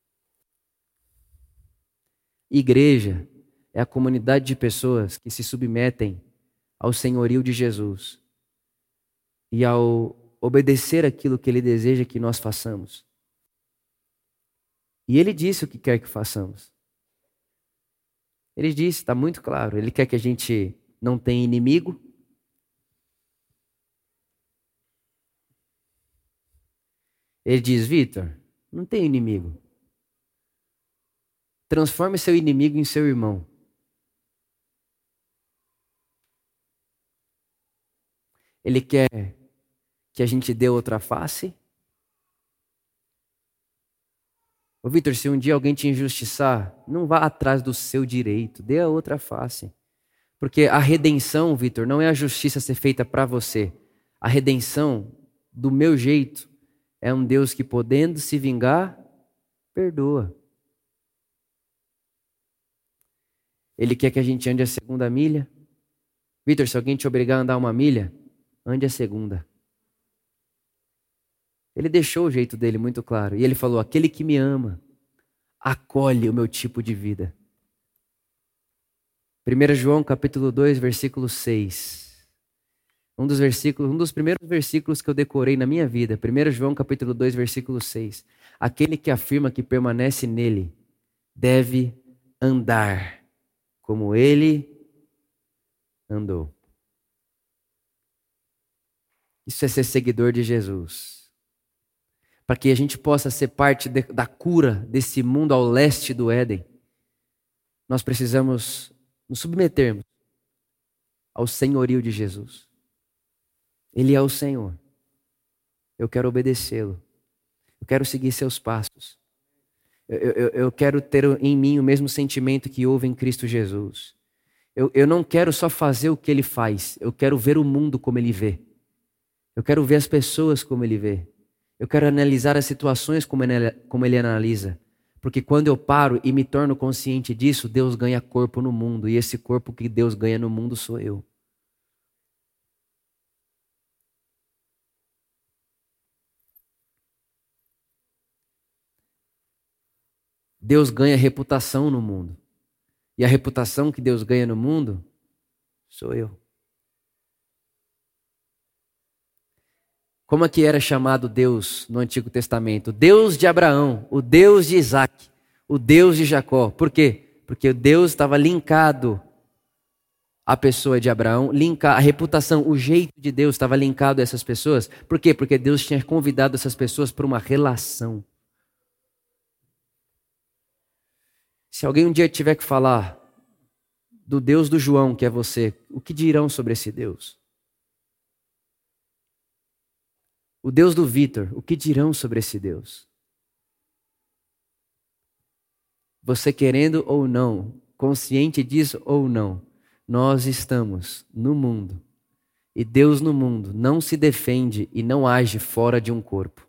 Speaker 1: Igreja é a comunidade de pessoas que se submetem ao senhorio de Jesus e ao obedecer aquilo que Ele deseja que nós façamos. E Ele disse o que quer que façamos. Ele disse, está muito claro, Ele quer que a gente não tenha inimigo. Ele diz, Vitor, não tem inimigo. Transforme seu inimigo em seu irmão. Ele quer que a gente dê outra face. Ô Vitor, se um dia alguém te injustiçar, não vá atrás do seu direito, dê a outra face. Porque a redenção, Vitor, não é a justiça ser feita para você. A redenção, do meu jeito, é um Deus que, podendo se vingar, perdoa. Ele quer que a gente ande a segunda milha. Vitor, se alguém te obrigar a andar uma milha, ande a segunda. Ele deixou o jeito dele muito claro. E ele falou, aquele que me ama, acolhe o meu tipo de vida. primeiro João capítulo dois, versículo seis. Um dos versículos, um dos primeiros versículos que eu decorei na minha vida. primeiro João capítulo dois, versículo seis. Aquele que afirma que permanece nele deve andar como ele andou. Isso é ser seguidor de Jesus. Para que a gente possa ser parte de, da cura desse mundo ao leste do Éden, nós precisamos nos submetermos ao senhorio de Jesus. Ele é o Senhor. Eu quero obedecê-lo. Eu quero seguir seus passos. Eu, eu, eu quero ter em mim o mesmo sentimento que houve em Cristo Jesus. Eu, eu não quero só fazer o que Ele faz. Eu quero ver o mundo como Ele vê. Eu quero ver as pessoas como Ele vê. Eu quero analisar as situações como Ele, como ele analisa. Porque quando eu paro e me torno consciente disso, Deus ganha corpo no mundo. E esse corpo que Deus ganha no mundo sou eu. Deus ganha reputação no mundo. E a reputação que Deus ganha no mundo sou eu. Como é que era chamado Deus no Antigo Testamento? Deus de Abraão, o Deus de Isaac, o Deus de Jacó. Por quê? Porque Deus estava linkado à pessoa de Abraão, linka, a reputação, o jeito de Deus estava linkado a essas pessoas. Por quê? Porque Deus tinha convidado essas pessoas para uma relação. Se alguém um dia tiver que falar do Deus do João, que é você, o que dirão sobre esse Deus? O Deus do Vitor, o que dirão sobre esse Deus? Você querendo ou não, consciente disso ou não, nós estamos no mundo. E Deus no mundo não se defende e não age fora de um corpo.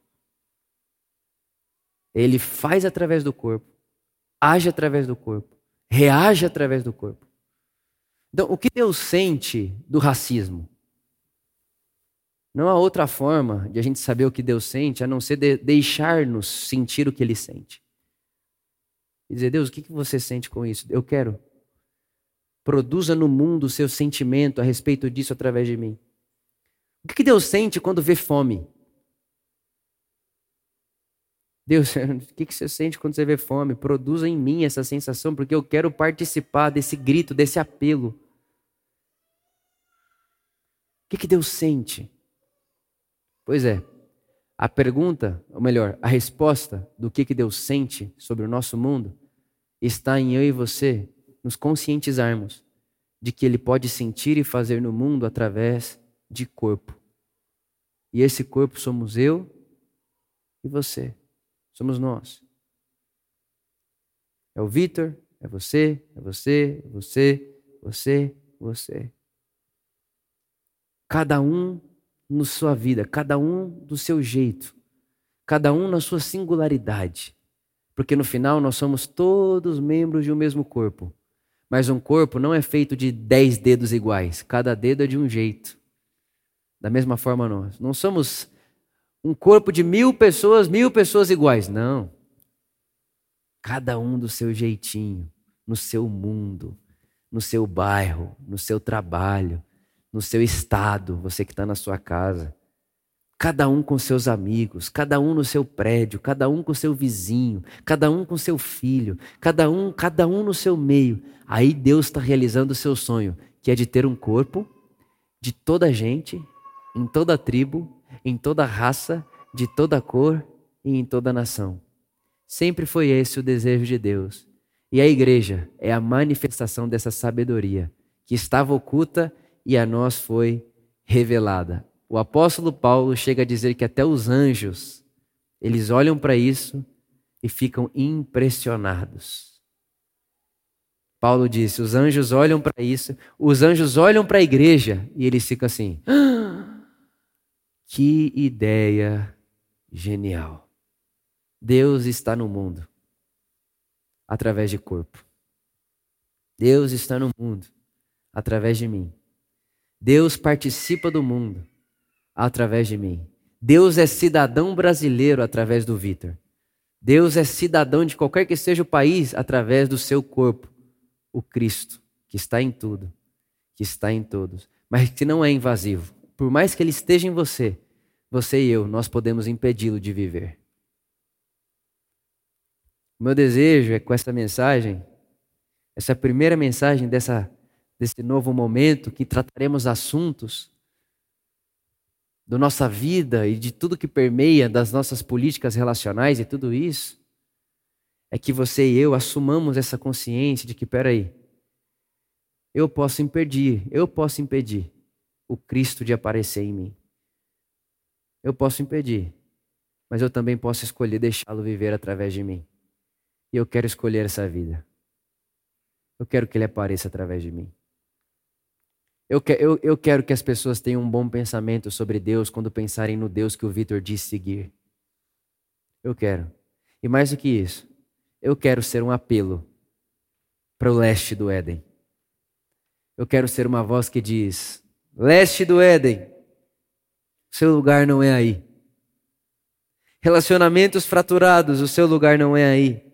Speaker 1: Ele faz através do corpo, age através do corpo, reage através do corpo. Então, o que Deus sente do racismo? Não há outra forma de a gente saber o que Deus sente a não ser de deixar-nos sentir o que Ele sente. E dizer, Deus, o que você sente com isso? Eu quero. Produza no mundo o seu sentimento a respeito disso através de mim. O que Deus sente quando vê fome? Deus, o que você sente quando você vê fome? Produza em mim essa sensação, porque eu quero participar desse grito, desse apelo. O que Deus sente? Pois é, a pergunta, ou melhor, a resposta do que Deus sente sobre o nosso mundo está em eu e você nos conscientizarmos de que Ele pode sentir e fazer no mundo através de corpo. E esse corpo somos eu e você. Somos nós. É o Vitor, é você, é você, é você, você, você. Cada um na sua vida, cada um do seu jeito, cada um na sua singularidade. Porque no final nós somos todos membros de um mesmo corpo. Mas um corpo não é feito de dez dedos iguais, cada dedo é de um jeito. Da mesma forma nós. Não somos um corpo de mil pessoas, mil pessoas iguais. Não. Cada um do seu jeitinho, no seu mundo, no seu bairro, no seu trabalho, no seu estado, você que está na sua casa. Cada um com seus amigos, cada um no seu prédio, cada um com seu vizinho, cada um com seu filho, cada um, cada um no seu meio. Aí Deus está realizando o seu sonho, que é de ter um corpo de toda gente, em toda tribo, em toda raça, de toda cor e em toda nação. Sempre foi esse o desejo de Deus. E a igreja é a manifestação dessa sabedoria que estava oculta e a nós foi revelada. O apóstolo Paulo chega a dizer que até os anjos, eles olham para isso e ficam impressionados. Paulo disse, os anjos olham para isso, os anjos olham para a igreja e eles ficam assim, ah, que ideia genial. Deus está no mundo através de corpo. Deus está no mundo através de mim. Deus participa do mundo através de mim. Deus é cidadão brasileiro através do Vitor. Deus é cidadão de qualquer que seja o país através do seu corpo, o Cristo, que está em tudo, que está em todos, mas que não é invasivo. Por mais que Ele esteja em você, você e eu, nós podemos impedi-lo de viver. O meu desejo é com essa mensagem, essa primeira mensagem dessa, desse novo momento, que trataremos assuntos da nossa vida e de tudo que permeia das nossas políticas relacionais e tudo isso, é que você e eu assumamos essa consciência de que, peraí, eu posso impedir, eu posso impedir o Cristo de aparecer em mim. Eu posso impedir, mas eu também posso escolher deixá-lo viver através de mim. E eu quero escolher essa vida. Eu quero que Ele apareça através de mim. Eu, que, eu, eu quero que as pessoas tenham um bom pensamento sobre Deus quando pensarem no Deus que o Vitor diz seguir. Eu quero. E mais do que isso, Eu quero ser um apelo para o leste do Éden. Eu quero ser uma voz que diz: leste do Éden, seu lugar não é aí. Relacionamentos fraturados, o seu lugar não é aí.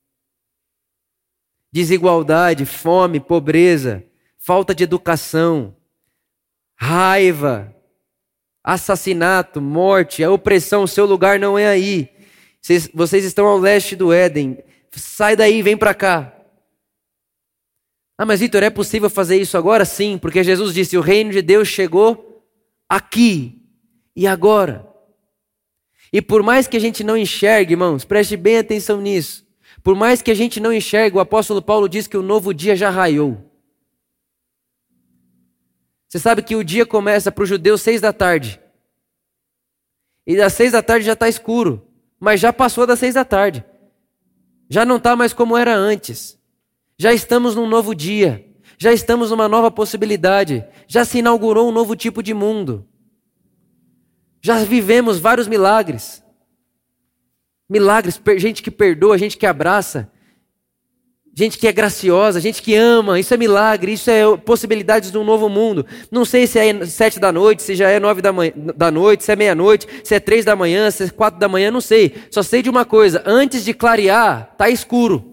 Speaker 1: Desigualdade, fome, pobreza, falta de educação, raiva, assassinato, morte, a opressão, o seu lugar não é aí. Vocês, vocês estão ao leste do Éden. Sai daí, vem para cá. Ah, mas Vitor, é possível fazer isso agora? Sim, porque Jesus disse: o reino de Deus chegou aqui e agora. E por mais que a gente não enxergue, irmãos, preste bem atenção nisso. Por mais que a gente não enxergue, o apóstolo Paulo diz que o novo dia já raiou. Você sabe que o dia começa para o judeu seis da tarde. E das seis da tarde já está escuro. Mas já passou das seis da tarde. Já não está mais como era antes. Já estamos num novo dia. Já estamos numa nova possibilidade. Já se inaugurou um novo tipo de mundo. Já vivemos vários milagres. Milagres, gente que perdoa, gente que abraça. Gente que é graciosa, gente que ama. Isso é milagre, isso é possibilidades de um novo mundo. Não sei se é sete da noite, se já é nove da, manhã, da noite, se é meia-noite, se é três da manhã, se é quatro da manhã, não sei. Só sei de uma coisa: antes de clarear, está escuro.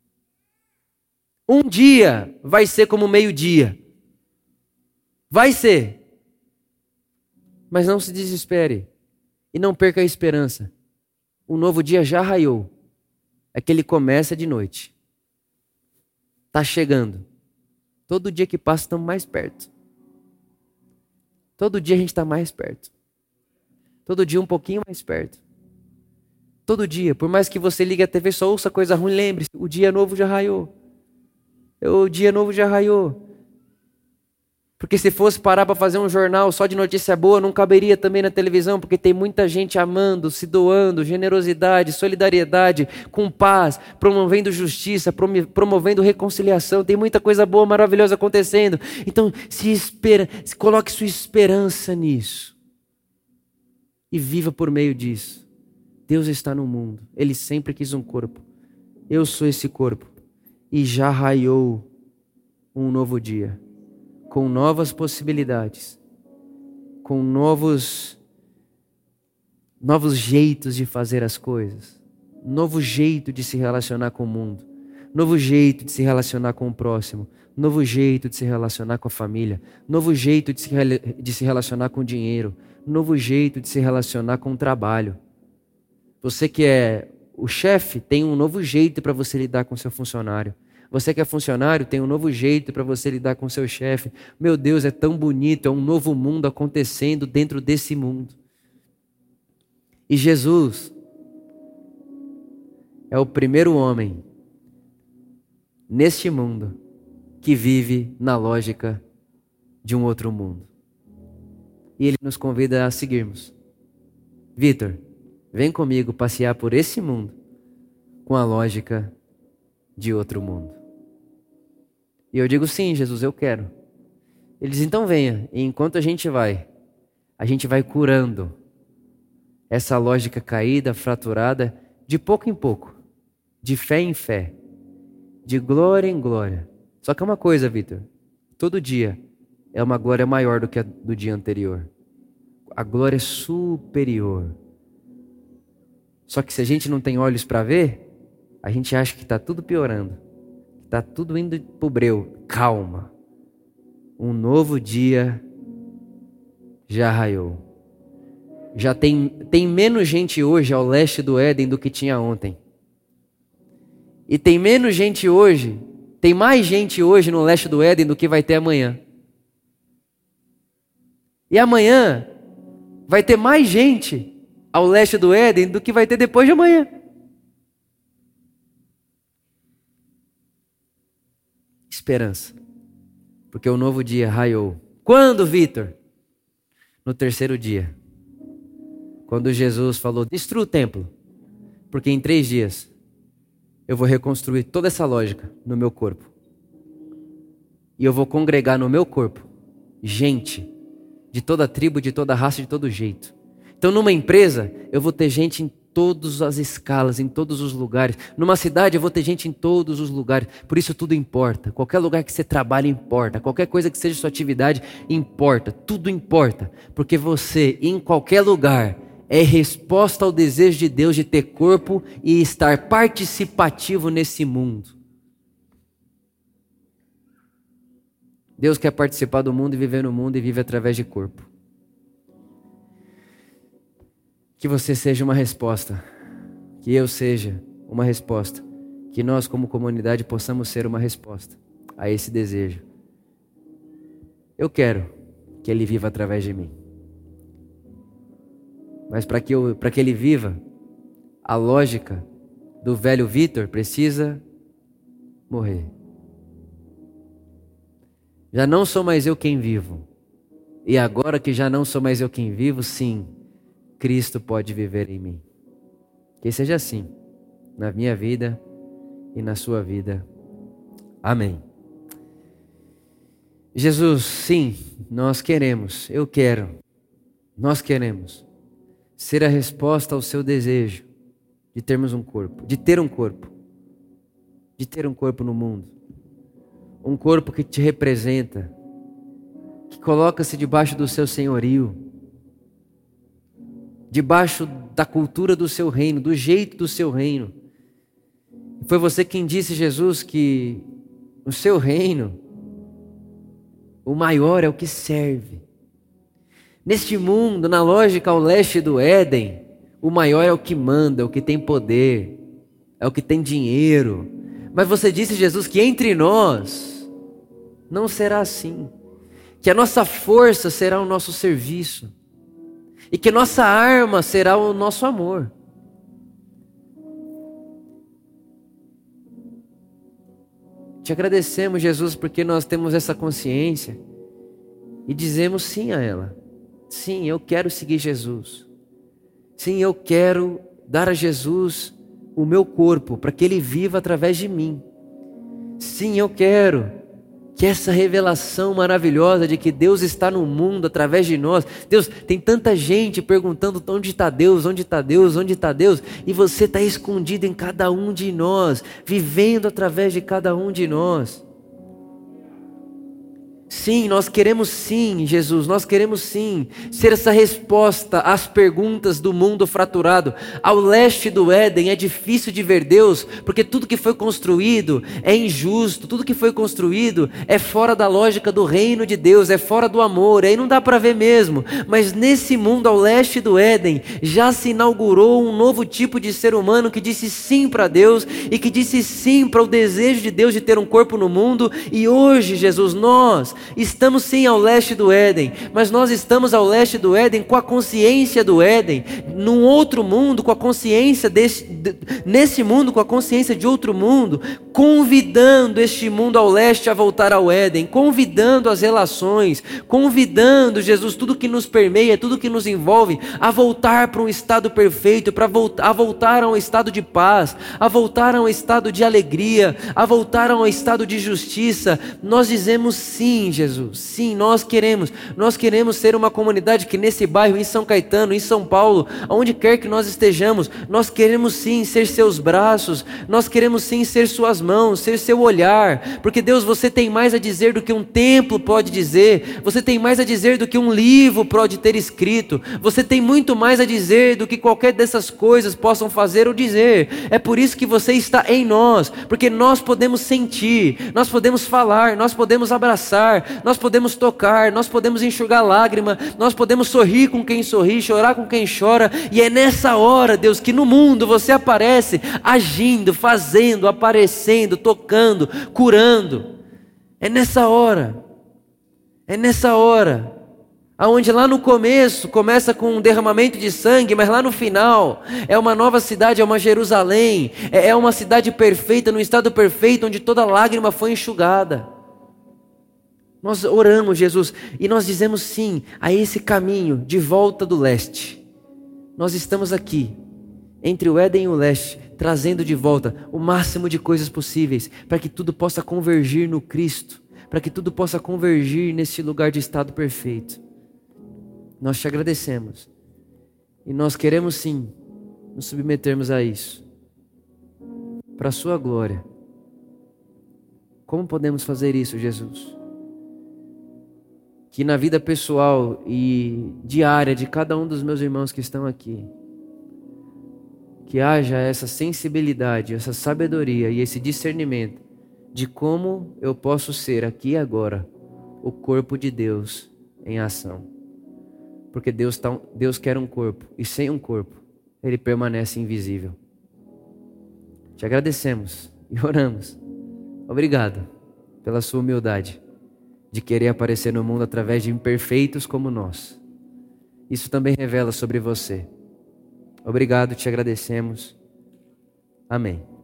Speaker 1: Um dia vai ser como meio-dia. Vai ser. Mas não se desespere. E não perca a esperança. O novo dia já raiou. É que ele começa de noite. Está chegando. Todo dia que passa estamos mais perto. Todo dia a gente está mais perto. Todo dia um pouquinho mais perto. Todo dia, por mais que você ligue a T V, só ouça coisa ruim, lembre-se, o dia novo já raiou. O dia novo já raiou. Porque se fosse parar para fazer um jornal só de notícia boa, não caberia também na televisão, porque tem muita gente amando, se doando, generosidade, solidariedade, com paz, promovendo justiça, promovendo reconciliação. Tem muita coisa boa, maravilhosa acontecendo. Então, se espera, se coloque sua esperança nisso. E viva por meio disso. Deus está no mundo. Ele sempre quis um corpo. Eu sou esse corpo. E já raiou um novo dia. Com novas possibilidades, com novos, novos jeitos de fazer as coisas, novo jeito de se relacionar com o mundo, novo jeito de se relacionar com o próximo, novo jeito de se relacionar com a família, novo jeito de se, de se relacionar com o dinheiro, novo jeito de se relacionar com o trabalho. Você que é o chefe, tem um novo jeito para você lidar com o seu funcionário. Você que é funcionário, tem um novo jeito para você lidar com o seu chefe. Meu Deus, é tão bonito, é um novo mundo acontecendo dentro desse mundo. E Jesus é o primeiro homem neste mundo que vive na lógica de um outro mundo. E ele nos convida a seguirmos. Vitor, vem comigo passear por esse mundo com a lógica de outro mundo. E eu digo: sim, Jesus, eu quero. Ele diz: então venha. E enquanto a gente vai, a gente vai curando essa lógica caída, fraturada, de pouco em pouco, de fé em fé, de glória em glória. Só que é uma coisa, Vitor, todo dia é uma glória maior do que a do dia anterior. A glória é superior. Só que se a gente não tem olhos para ver, a gente acha que está tudo piorando. Está tudo indo para o breu. Calma. Um novo dia já raiou. Já tem, tem menos gente hoje ao leste do Éden do que tinha ontem. E tem menos gente hoje, tem mais gente hoje no leste do Éden do que vai ter amanhã. E amanhã vai ter mais gente ao leste do Éden do que vai ter depois de amanhã. Esperança, porque o novo dia raiou. Quando, Vitor? No terceiro dia, quando Jesus falou: destrua o templo, porque em três dias eu vou reconstruir toda essa lógica no meu corpo, e eu vou congregar no meu corpo gente de toda tribo, de toda raça, de todo jeito. Então numa empresa eu vou ter gente em todas as escalas, em todos os lugares. Numa cidade eu vou ter gente em todos os lugares. Por isso tudo importa. Qualquer lugar que você trabalha importa. Qualquer coisa que seja sua atividade importa. Tudo importa. Porque você, em qualquer lugar, é resposta ao desejo de Deus de ter corpo e estar participativo nesse mundo. Deus quer participar do mundo e viver no mundo e vive através de corpo. Que você seja uma resposta, que eu seja uma resposta, que nós como comunidade possamos ser uma resposta a esse desejo. Eu quero que Ele viva através de mim. Mas para que, eu, para que Ele viva, a lógica do velho Vitor precisa morrer. Já não sou mais eu quem vivo. E agora que já não sou mais eu quem vivo, sim, Cristo pode viver em mim. Que seja assim, na minha vida e na sua vida. Amém. Jesus, sim, nós queremos, eu quero, nós queremos ser a resposta ao seu desejo de termos um corpo, de ter um corpo, de ter um corpo no mundo. Um corpo que te representa, que coloca-se debaixo do seu senhorio, debaixo da cultura do seu reino, do jeito do seu reino. Foi você quem disse, Jesus, que o seu reino, o maior é o que serve. Neste mundo, na lógica ao leste do Éden, o maior é o que manda, é o que tem poder, é o que tem dinheiro. Mas você disse, Jesus, que entre nós não será assim. Que a nossa força será o nosso serviço. E que nossa arma será o nosso amor. Te agradecemos, Jesus, porque nós temos essa consciência e dizemos sim a ela. Sim, eu quero seguir Jesus. Sim, eu quero dar a Jesus o meu corpo para que Ele viva através de mim. Sim, eu quero que essa revelação maravilhosa de que Deus está no mundo através de nós. Deus, tem tanta gente perguntando onde está Deus, onde está Deus, onde está Deus. E você está escondido em cada um de nós, vivendo através de cada um de nós. Sim, nós queremos sim, Jesus, nós queremos sim ser essa resposta às perguntas do mundo fraturado. Ao leste do Éden é difícil de ver Deus, porque tudo que foi construído é injusto, tudo que foi construído é fora da lógica do reino de Deus, é fora do amor, aí não dá para ver mesmo. Mas nesse mundo ao leste do Éden, já se inaugurou um novo tipo de ser humano que disse sim para Deus e que disse sim para o desejo de Deus de ter um corpo no mundo. E hoje, Jesus, nós estamos sim ao leste do Éden, mas nós estamos ao leste do Éden com a consciência do Éden, num outro mundo com a consciência desse, de, nesse mundo com a consciência de outro mundo, convidando este mundo ao leste a voltar ao Éden, convidando as relações, convidando, Jesus, tudo que nos permeia, tudo que nos envolve, a voltar para um estado perfeito, para voltar, a voltar a um estado de paz, a voltar a um estado de alegria, a voltar a um estado de justiça. Nós dizemos sim, Jesus, sim, nós queremos, nós queremos ser uma comunidade que nesse bairro, em São Caetano, em São Paulo, aonde quer que nós estejamos, nós queremos sim ser seus braços, nós queremos sim ser suas mãos, ser seu olhar, porque Deus, você tem mais a dizer do que um templo pode dizer, você tem mais a dizer do que um livro pode ter escrito, você tem muito mais a dizer do que qualquer dessas coisas possam fazer ou dizer. É por isso que você está em nós, porque nós podemos sentir, nós podemos falar, nós podemos abraçar, nós podemos tocar, nós podemos enxugar lágrima, nós podemos sorrir com quem sorri, chorar com quem chora. E é nessa hora, Deus, que no mundo você aparece agindo, fazendo, aparecendo, tocando, curando. É nessa hora, é nessa hora aonde lá no começo começa com um derramamento de sangue, mas lá no final é uma nova cidade, é uma Jerusalém, é uma cidade perfeita, num estado perfeito, onde toda lágrima foi enxugada. Nós oramos, Jesus, e nós dizemos sim a esse caminho de volta do leste. Nós estamos aqui, entre o Éden e o leste, trazendo de volta o máximo de coisas possíveis, para que tudo possa convergir no Cristo, para que tudo possa convergir nesse lugar de estado perfeito. Nós te agradecemos, e nós queremos sim nos submetermos a isso, para a sua glória. Como podemos fazer isso, Jesus? Que na vida pessoal e diária de cada um dos meus irmãos que estão aqui, que haja essa sensibilidade, essa sabedoria e esse discernimento de como eu posso ser aqui e agora o corpo de Deus em ação. Porque Deus, tá, Deus quer um corpo, e sem um corpo Ele permanece invisível. Te agradecemos e oramos. Obrigado pela sua humildade de querer aparecer no mundo através de imperfeitos como nós. Isso também revela sobre você. Obrigado, te agradecemos. Amém.